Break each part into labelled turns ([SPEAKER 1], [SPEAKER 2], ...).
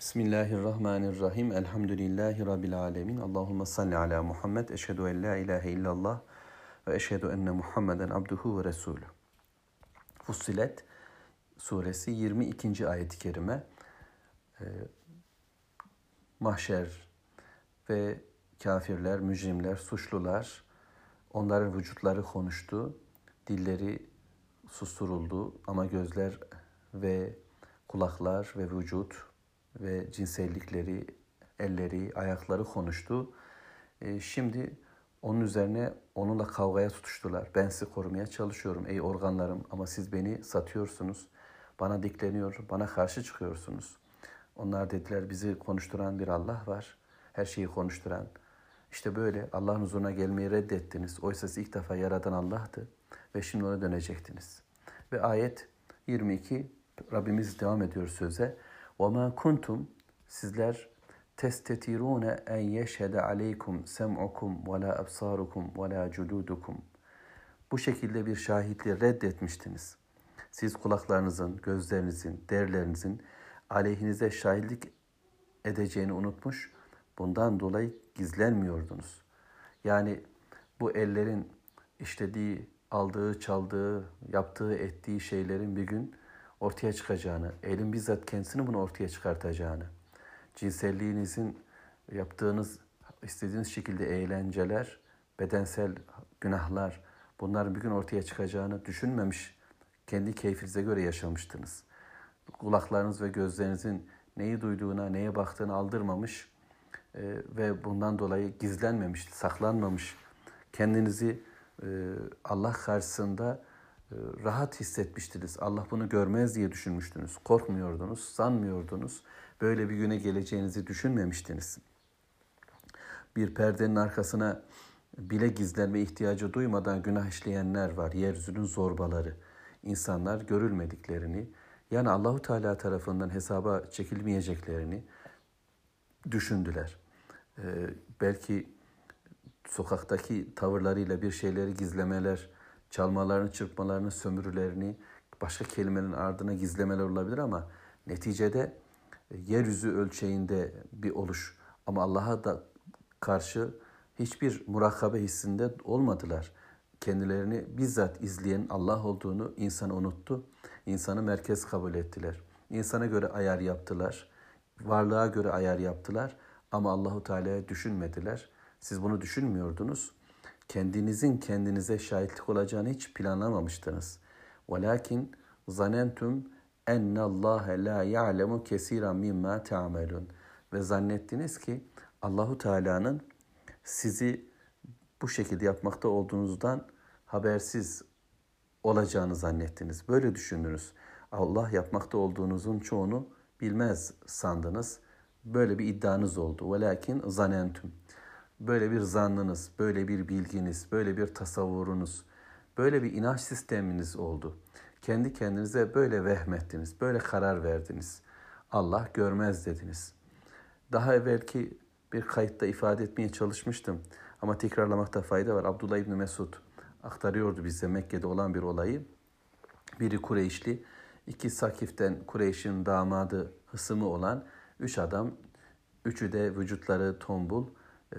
[SPEAKER 1] Bismillahirrahmanirrahim. Elhamdülillahi Rabbil alemin. Allahümme salli ala Muhammed. Eşhedü en la ilahe illallah ve eşhedü enne Muhammeden abduhu ve resulü. Fussilet suresi 22. ayet-i kerime. Mahşer ve kafirler, mücrimler, suçlular, onların vücutları konuştu, dilleri susturuldu ama gözler ve kulaklar ve vücut ve cinsellikleri, elleri, ayakları konuştu. Şimdi onun üzerine onunla kavgaya tutuştular. Ben sizi korumaya çalışıyorum ey organlarım ama siz beni satıyorsunuz. Bana dikleniyor, bana karşı çıkıyorsunuz. Onlar dediler bizi konuşturan bir Allah var. Her şeyi konuşturan. İşte böyle Allah'ın huzuruna gelmeyi reddettiniz. Oysa siz ilk defa yaratan Allah'tı ve şimdi ona dönecektiniz. Ve ayet 22 Rabbimiz devam ediyor söze. وَمَا كُنْتُمْ Sizler تَسْتَتِرُونَ اَنْ يَشْهَدَ عَلَيْكُمْ سَمْعُكُمْ وَلَا أَبْصَارُكُمْ وَلَا جُلُودُكُمْ Bu şekilde bir şahitliği reddetmiştiniz. Siz kulaklarınızın, gözlerinizin, derlerinizin aleyhinize şahitlik edeceğini unutmuş, bundan dolayı gizlenmiyordunuz. Yani bu ellerin işlediği, aldığı, çaldığı, yaptığı, ettiği şeylerin bir gün ortaya çıkacağını, elin bizzat kendisini bunu ortaya çıkartacağını, cinselliğinizin yaptığınız, istediğiniz şekilde eğlenceler, bedensel günahlar, bunların bir gün ortaya çıkacağını düşünmemiş, kendi keyfinize göre yaşamıştınız. Kulaklarınız ve gözlerinizin neyi duyduğuna, neye baktığını aldırmamış ve bundan dolayı gizlenmemiş, saklanmamış, kendinizi Allah karşısında rahat hissetmiştiniz. Allah bunu görmez diye düşünmüştünüz. Korkmuyordunuz, sanmıyordunuz. Böyle bir güne geleceğinizi düşünmemiştiniz. Bir perdenin arkasına bile gizlenme ihtiyacı duymadan günah işleyenler var. Yeryüzünün zorbaları. İnsanlar görülmediklerini, yani Allahu Teala tarafından hesaba çekilmeyeceklerini düşündüler. Belki sokaktaki tavırlarıyla bir şeyleri gizlemeler, çalmalarını, çırpmalarını, sömürülerini başka kelimelerin ardına gizlemeler olabilir ama neticede yeryüzü ölçeğinde bir oluş. Ama Allah'a da karşı hiçbir murakabe hissinde olmadılar. Kendilerini bizzat izleyen Allah olduğunu insan unuttu. İnsanı merkez kabul ettiler. İnsana göre ayar yaptılar. Varlığa göre ayar yaptılar. Ama Allahu Teala'ya düşünmediler. Siz bunu düşünmüyordunuz. Kendinizin kendinize şahitlik olacağını hiç planlamamıştınız. وَلَكِنْ زَنَنْتُمْ اَنَّ اللّٰهَ لَا يَعْلَمُ كَثِيرًا مِمَّا تَعْمَلُونَ Ve zannettiniz ki Allahu Teala'nın sizi bu şekilde yapmakta olduğunuzdan habersiz olacağını zannettiniz. Böyle düşündünüz. Allah yapmakta olduğunuzun çoğunu bilmez sandınız. Böyle bir iddianız oldu. وَلَكِنْ زَنَنْتُمْ Böyle bir zannınız, böyle bir bilginiz, böyle bir tasavvurunuz, böyle bir inanç sisteminiz oldu. Kendi kendinize böyle vehmettiniz, böyle karar verdiniz. Allah görmez dediniz. Daha evvelki bir kayıtta ifade etmeye çalışmıştım ama tekrarlamakta fayda var. Abdullah İbni Mesud aktarıyordu bize Mekke'de olan bir olayı. Biri Kureyşli, iki Sakif'ten Kureyş'in damadı, hısımı olan 3 adam, üçü de vücutları tombul,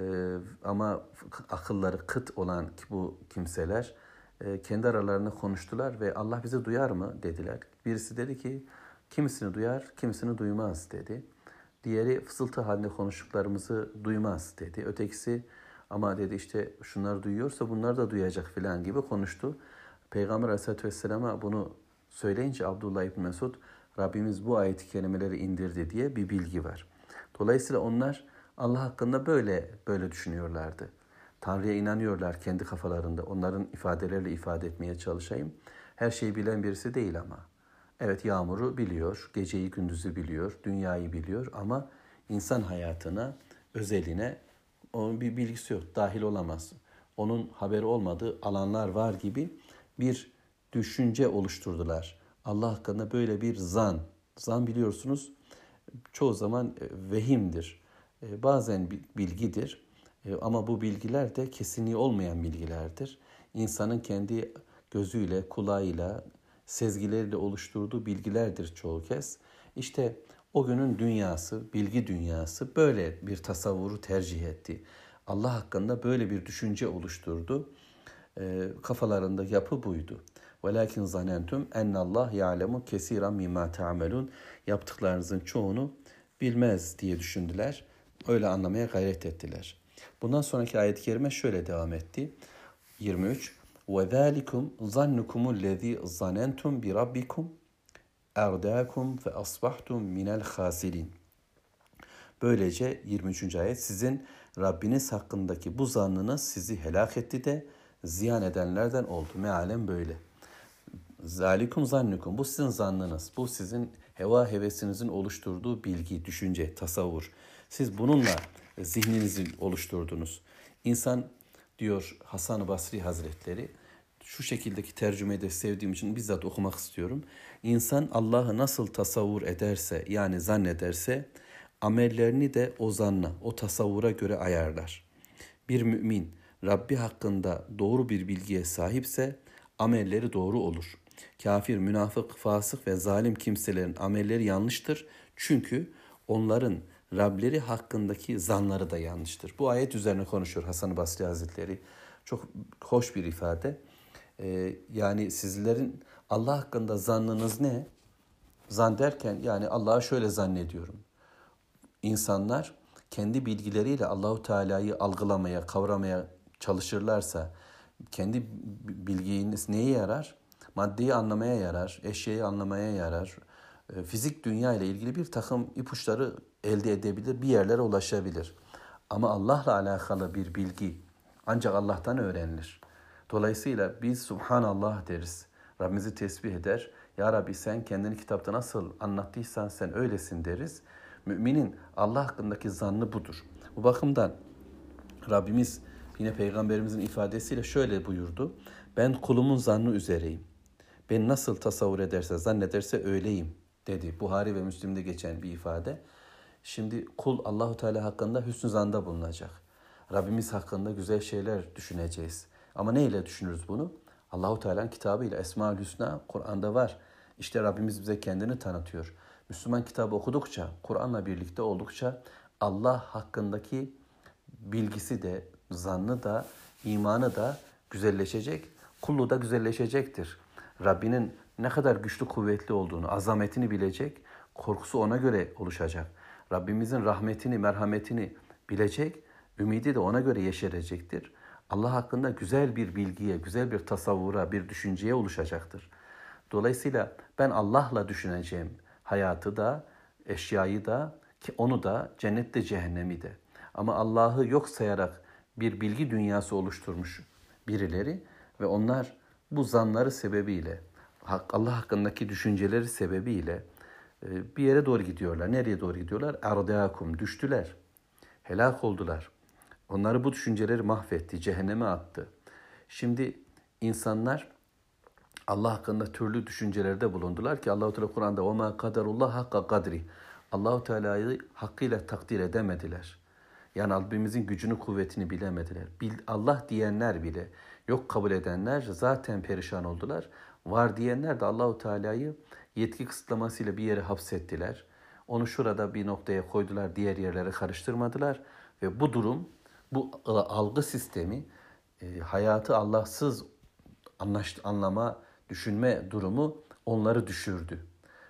[SPEAKER 1] ama akılları kıt olan bu kimseler kendi aralarında konuştular ve Allah bizi duyar mı dediler. Birisi dedi ki kimisini duyar, kimisini duymaz dedi. Diğeri fısıltı halinde konuştuklarımızı duymaz dedi. Ötekisi ama dedi işte şunlar duyuyorsa bunlar da duyacak filan gibi konuştu. Peygamber Aleyhisselatü Vesselam'a bunu söyleyince Abdullah İbni Mesud Rabbimiz bu ayet-i kerimeleri indirdi diye bir bilgi var. Dolayısıyla onlar Allah hakkında böyle düşünüyorlardı. Tanrı'ya inanıyorlar kendi kafalarında. Onların ifadeleriyle ifade etmeye çalışayım. Her şeyi bilen birisi değil ama. Evet yağmuru biliyor, geceyi gündüzü biliyor, dünyayı biliyor ama insan hayatına, özeline onun bir bilgisi yok, dahil olamaz. Onun haberi olmadığı alanlar var gibi bir düşünce oluşturdular. Allah hakkında böyle bir zan biliyorsunuz çoğu zaman vehimdir. Bazen bilgidir ama bu bilgiler de kesinliği olmayan bilgilerdir. İnsanın kendi gözüyle, kulağıyla, sezgileriyle oluşturduğu bilgilerdir çoğu kez. İşte O günün dünyası, bilgi dünyası böyle bir tasavvuru tercih etti. Allah hakkında böyle bir düşünce oluşturdu. Kafalarında yapı buydu. Velakin zanentum ennallah ya'lemu kesiran mimma ta'melun. Yaptıklarınızın çoğunu bilmez diye düşündüler. Öyle anlamaya gayret ettiler. Bundan sonraki ayet-i kerime şöyle devam etti. 23. وَذَٰلِكُمْ ظَنُّكُمُ الَّذ۪ي ظَنَنْتُمْ بِرَبِّكُمْ اَرْدَاكُمْ فَأَصْبَحْتُمْ مِنَ الْخَاسِرِينَ. Böylece 23. ayet sizin Rabbiniz hakkındaki bu zannınız sizi helak etti de ziyan edenlerden oldu. Mealen böyle. Zalikum zannukum. Bu sizin zannınız. Bu sizin heva hevesinizin oluşturduğu bilgi, düşünce, tasavvur. Siz bununla zihninizi oluşturdunuz. İnsan diyor Hasan-ı Basri Hazretleri, şu şekildeki tercümeyi de sevdiğim için bizzat okumak istiyorum. İnsan Allah'ı nasıl tasavvur ederse, yani zannederse, amellerini de o zanna, o tasavvura göre ayarlar. Bir mümin Rabbi hakkında doğru bir bilgiye sahipse amelleri doğru olur. Kafir, münafık, fasık ve zalim kimselerin amelleri yanlıştır. Çünkü onların Rableri hakkındaki zanları da yanlıştır. Bu ayet üzerine konuşuyor Hasan-ı Basri Hazretleri. Çok hoş bir ifade. Yani sizlerin Allah hakkında zannınız ne? Zan derken yani Allah'a şöyle zannediyorum. İnsanlar kendi bilgileriyle Allahu Teala'yı algılamaya, kavramaya çalışırlarsa kendi bilginiz neye yarar? Maddeyi anlamaya yarar, eşyayı anlamaya yarar. Fizik dünya ile ilgili bir takım ipuçları elde edebilir, bir yerlere ulaşabilir. Ama Allah'la alakalı bir bilgi ancak Allah'tan öğrenilir. Dolayısıyla biz Subhanallah deriz. Rabbimizi tesbih eder. Ya Rabbi sen kendini kitapta nasıl anlattıysan sen öylesin deriz. Müminin Allah hakkındaki zannı budur. Bu bakımdan Rabbimiz yine Peygamberimizin ifadesiyle şöyle buyurdu. Ben kulumun zannı üzereyim. Ben nasıl tasavvur ederse, zannederse öyleyim dedi. Buhari ve Müslim'de geçen bir ifade. Şimdi kul Allahu Teala hakkında hüsnü zanda bulunacak. Rabbimiz hakkında güzel şeyler düşüneceğiz. Ama neyle düşünürüz bunu? Allahu Teala'nın kitabıyla, Esmaül Hüsna Kur'an'da var. İşte Rabbimiz bize kendini tanıtıyor. Müslüman kitabı okudukça, Kur'an'la birlikte oldukça Allah hakkındaki bilgisi de, zannı da, imanı da güzelleşecek, kulluğu da güzelleşecektir. Rabbinin ne kadar güçlü, kuvvetli olduğunu, azametini bilecek, korkusu ona göre oluşacak. Rabbimizin rahmetini, merhametini bilecek, ümidi de ona göre yeşerecektir. Allah hakkında güzel bir bilgiye, güzel bir tasavvura, bir düşünceye oluşacaktır. Dolayısıyla ben Allah'la düşüneceğim hayatı da, eşyayı da, ki onu da, cennette cehennemi de. Ama Allah'ı yok sayarak bir bilgi dünyası oluşturmuş birileri ve onlar bu zanları sebebiyle, Allah hakkındaki düşünceleri sebebiyle bir yere doğru gidiyorlar. Nereye doğru gidiyorlar? Erdâkum, düştüler, helak oldular. Onları bu düşünceleri mahvetti, cehenneme attı. Şimdi insanlar Allah hakkında türlü düşüncelerde bulundular ki Allah-u Teala Kur'an'da وَمَا قَدَرُ اللّٰهَ حَقَّ قَدْرِ Allah-u Teala'yı hakkıyla takdir edemediler. Yani Rabbimizin gücünü, kuvvetini bilemediler. Allah diyenler bile, yok kabul edenler zaten perişan oldular. Var diyenler de Allahu Teala'yı yetki kısıtlamasıyla bir yere hapsettiler. Onu şurada bir noktaya koydular, diğer yerlere karıştırmadılar. Ve bu durum, bu algı sistemi, hayatı Allahsız anlama, düşünme durumu onları düşürdü.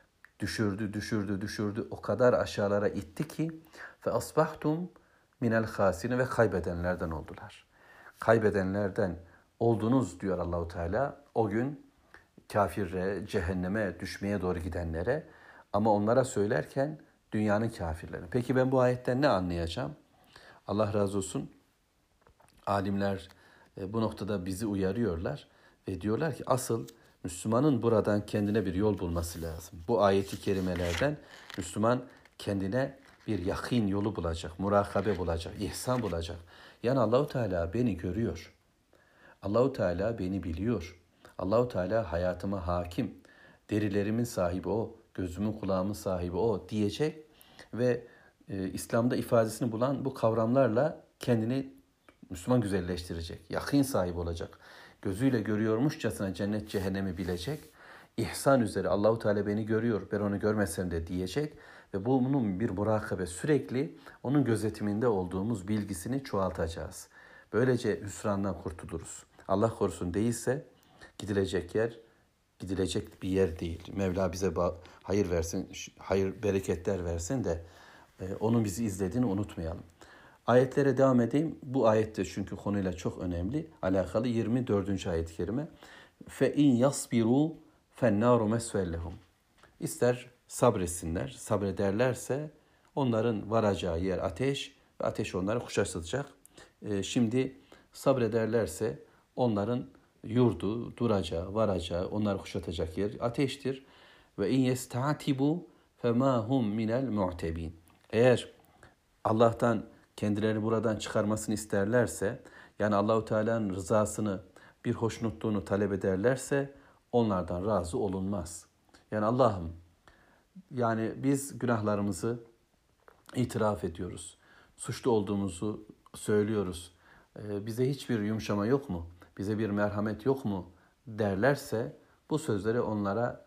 [SPEAKER 1] Düşürdü. O kadar aşağılara itti ki fe asbahtum minel hasirin ve kaybedenlerden oldular. Kaybedenlerden oldunuz diyor Allahu Teala. O gün kafire, cehenneme düşmeye doğru gidenlere, ama onlara söylerken dünyanın kafirleri. Peki ben bu ayetten ne anlayacağım? Allah razı olsun. Alimler bu noktada bizi uyarıyorlar ve diyorlar ki asıl Müslümanın buradan kendine bir yol bulması lazım. Bu ayeti kerimelerden Müslüman kendine bir yakin yolu bulacak, murakabe bulacak, ihsan bulacak. Yani Allahu Teala beni görüyor. Allahu Teala beni biliyor. Allahu Teala hayatıma hakim. Derilerimin sahibi o, gözümün kulağımın sahibi o diyecek ve İslam'da ifadesini bulan bu kavramlarla kendini Müslüman güzelleştirecek. Yakin sahibi olacak. Gözüyle görüyormuşçasına cennet cehennemi bilecek. İhsan üzere Allahu Teala beni görüyor, ben onu görmesem de diyecek ve bunun bir murakabe, sürekli onun gözetiminde olduğumuz bilgisini çoğaltacağız. Böylece hüsrandan kurtuluruz. Allah korusun değilse gidilecek yer gidilecek bir yer değil. Mevla bize hayır versin, hayır bereketler versin de onun bizi izlediğini unutmayalım. Ayetlere devam edeyim. Bu ayette çünkü konuyla çok önemli. Alakalı 24. ayet-i kerime. Fe in yasbiru fennaru mesvellehum. İster sabretsinler, sabrederlerse onların varacağı yer ateş ve ateş onları kuşatacak. Şimdi sabrederlerse onların yurdu, duracağı, varacağı, onları kuşatacak yer ateştir. Ve in yestatibu fema hum minel mu'tebin. Eğer Allah'tan kendilerini buradan çıkarmasını isterlerse, yani Allahu Teala'nın rızasını, bir hoşnutluğunu talep ederlerse onlardan razı olunmaz. Yani Allah'ım, yani biz günahlarımızı itiraf ediyoruz. Suçlu olduğumuzu söylüyoruz. Bize hiçbir yumuşama yok mu? Bize bir merhamet yok mu? Derlerse bu sözleri onlara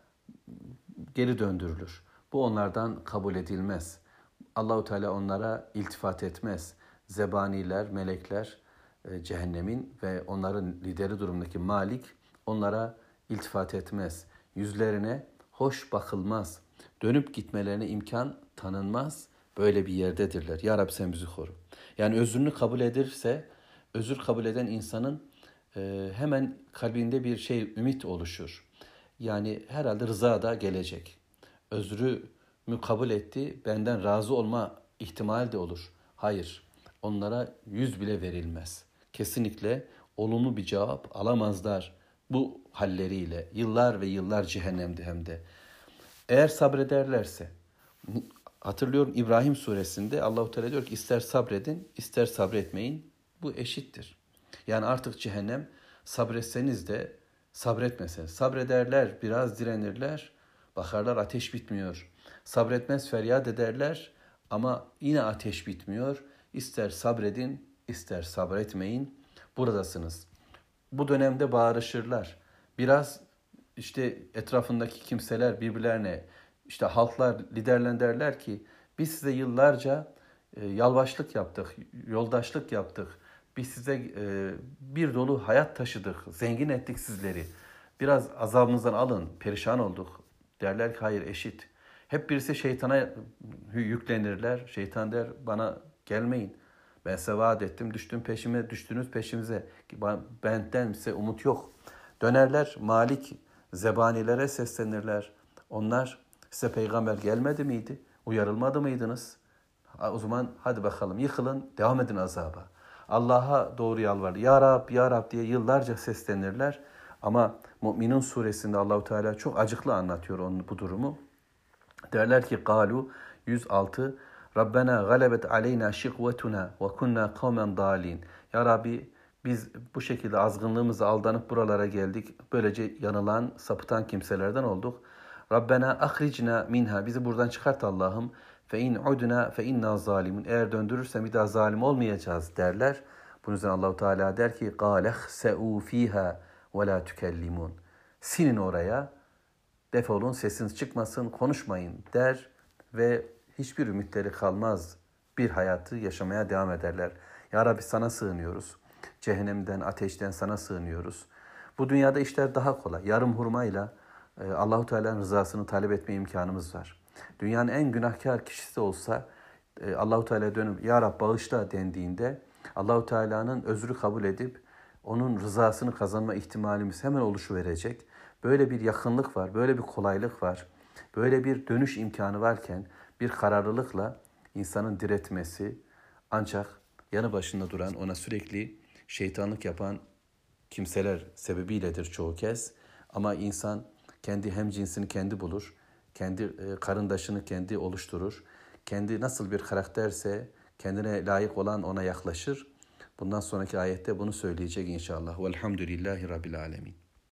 [SPEAKER 1] geri döndürülür. Bu onlardan kabul edilmez. Allahu Teala onlara iltifat etmez. Zebaniler, melekler, cehennemin ve onların lideri durumundaki Malik onlara iltifat etmez. Yüzlerine hoş bakılmaz. Dönüp gitmelerine imkan tanınmaz. Böyle bir yerdedirler. Ya Rabbi sen bizi koru. Yani özrünü kabul edirse, özür kabul eden insanın hemen kalbinde bir ümit oluşur. Yani herhalde rıza da gelecek. Özrümü kabul etti, benden razı olma ihtimali de olur. Hayır, onlara yüz bile verilmez. Kesinlikle olumlu bir cevap alamazlar bu halleriyle. Yıllar ve yıllar cehennemde hem de. Eğer sabrederlerse, hatırlıyorum İbrahim suresinde Allahu Teala diyor ki ister sabredin, ister sabretmeyin. Bu eşittir. Yani artık cehennem sabretseniz de sabretmeseniz. Sabrederler, biraz direnirler. Bakarlar ateş bitmiyor. Sabretmez feryat ederler ama yine ateş bitmiyor. İster sabredin, ister sabretmeyin. Buradasınız. Bu dönemde bağırışırlar. Biraz etrafındaki kimseler birbirlerine, halklar, liderler derler ki biz size yıllarca yalvaçlık yaptık, yoldaşlık yaptık. Biz size bir dolu hayat taşıdık, zengin ettik sizleri. Biraz azabımızdan alın, perişan olduk. Derler ki hayır eşit. Hep birisi şeytana yüklenirler. Şeytan der bana gelmeyin. Ben size vaat ettim, düştünüz peşimize. Benden size umut yok. Dönerler Malik, zebanilere seslenirler. Onlar size peygamber gelmedi miydi? Uyarılmadı mıydınız? O zaman hadi bakalım yıkılın, devam edin azaba. Allah'a doğru yalvarır. Ya Rab, Ya Rab diye yıllarca seslenirler. Ama Mü'minun suresinde Allahu Teala çok acıklı anlatıyor bu durumu. Derler ki Galu 106 Rabbena galebet aleyna şikvetuna ve kunna kavmen dalin. Ya Rabbi biz bu şekilde azgınlığımızla aldanıp buralara geldik. Böylece yanılan, sapıtan kimselerden olduk. Rabbena ahricna minha. Bizi buradan çıkart Allah'ım. Fe in udna fe inna zalimun. Eğer döndürürsen bir daha zalim olmayacağız derler. Bunun üzerine Allahu Teala der ki qalehseu fiha ve la tukellimun. Sinin oraya. Defolun, sesiniz çıkmasın, konuşmayın der ve hiçbir ümitleri kalmaz. Bir hayatı yaşamaya devam ederler. Ya Rabbi sana sığınıyoruz. Cehennemden, ateşten sana sığınıyoruz. Bu dünyada işler daha kolay. Yarım hurmayla Allahu Teala'nın rızasını talep etme imkanımız var. Dünyanın en günahkar kişisi olsa Allahu Teala'ya dönüp Ya Rab bağışla dendiğinde Allahu Teala'nın özrü kabul edip onun rızasını kazanma ihtimalimiz hemen oluşuverecek. Böyle bir yakınlık var, böyle bir kolaylık var. Böyle bir dönüş imkanı varken bir kararlılıkla insanın diretmesi ancak yanı başında duran, ona sürekli şeytanlık yapan kimseler sebebiyledir çoğu kez. Ama insan kendi hemcinsini kendi bulur, kendi karındaşını kendi oluşturur. Kendi nasıl bir karakterse kendine layık olan ona yaklaşır. Bundan sonraki ayette bunu söyleyecek inşallah. Velhamdülillahi Rabbil Alemin.